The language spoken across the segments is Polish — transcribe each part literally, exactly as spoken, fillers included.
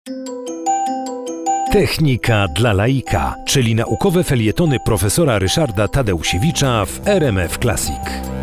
Technika dla laika, czyli naukowe felietony profesora Ryszarda Tadeusiewicza w R M F Classic.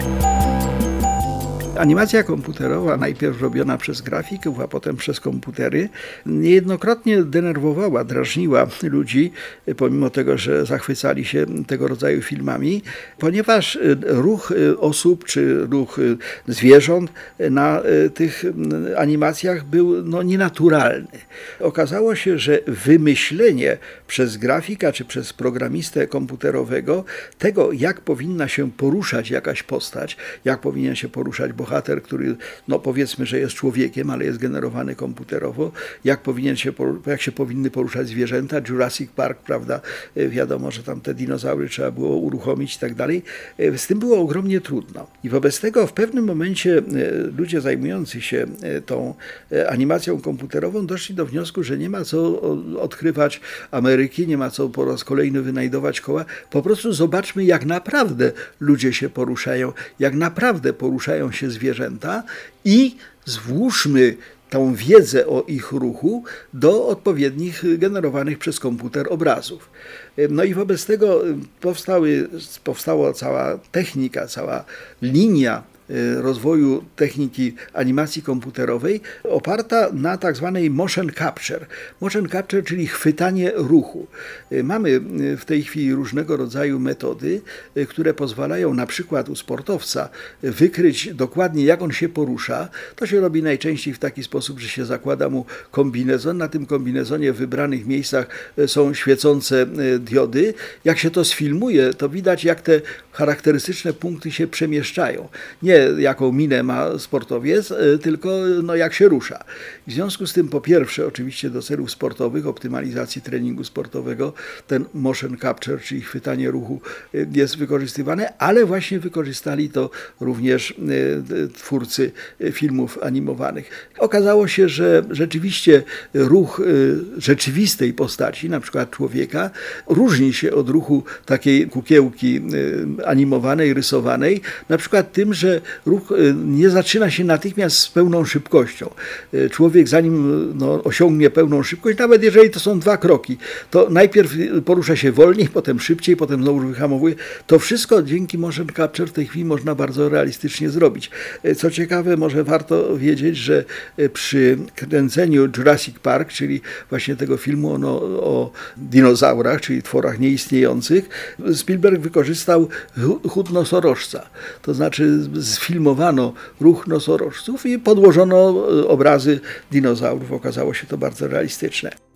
Animacja komputerowa, najpierw robiona przez grafików, a potem przez komputery, niejednokrotnie denerwowała, drażniła ludzi, pomimo tego, że zachwycali się tego rodzaju filmami, ponieważ ruch osób czy ruch zwierząt na tych animacjach był no, nienaturalny. Okazało się, że wymyślenie przez grafika czy przez programistę komputerowego tego, jak powinna się poruszać jakaś postać, jak powinien się poruszać bohater, który, no powiedzmy, że jest człowiekiem, ale jest generowany komputerowo, jak powinien się, jak się powinny poruszać zwierzęta, Jurassic Park, prawda, wiadomo, że tam te dinozaury trzeba było uruchomić i tak dalej. Z tym było ogromnie trudno. I wobec tego w pewnym momencie ludzie zajmujący się tą animacją komputerową doszli do wniosku, że nie ma co odkrywać Ameryki, nie ma co po raz kolejny wynajdować koła. Po prostu zobaczmy, jak naprawdę ludzie się poruszają, jak naprawdę poruszają się zwierzęta i złóżmy tą wiedzę o ich ruchu do odpowiednich generowanych przez komputer obrazów. No i wobec tego powstały, powstała cała technika, cała linia rozwoju techniki animacji komputerowej oparta na tak zwanej motion capture. Motion capture, czyli chwytanie ruchu. Mamy w tej chwili różnego rodzaju metody, które pozwalają na przykład u sportowca wykryć dokładnie, jak on się porusza. To się robi najczęściej w taki sposób, że się zakłada mu kombinezon. Na tym kombinezonie w wybranych miejscach są świecące diody. Jak się to sfilmuje, to widać, jak te charakterystyczne punkty się przemieszczają. Nie jaką minę ma sportowiec, tylko no, jak się rusza. W związku z tym, po pierwsze, oczywiście do celów sportowych, optymalizacji treningu sportowego, ten motion capture, czyli chwytanie ruchu, jest wykorzystywane, ale właśnie wykorzystali to również twórcy filmów animowanych. Okazało się, że rzeczywiście ruch rzeczywistej postaci, na przykład człowieka, różni się od ruchu takiej kukiełki animowanej, rysowanej, na przykład tym, że ruch nie zaczyna się natychmiast z pełną szybkością. Człowiek, zanim no, osiągnie pełną szybkość, nawet jeżeli to są dwa kroki, to najpierw porusza się wolniej, potem szybciej, potem znowu wyhamowuje. To wszystko dzięki motion capture w tej chwili można bardzo realistycznie zrobić. Co ciekawe, może warto wiedzieć, że przy kręceniu Jurassic Park, czyli właśnie tego filmu no, o dinozaurach, czyli tworach nieistniejących, Spielberg wykorzystał chód nosorożca. To znaczy sfilmowano ruch nosorożców i podłożono obrazy dinozaurów. Okazało się to bardzo realistyczne.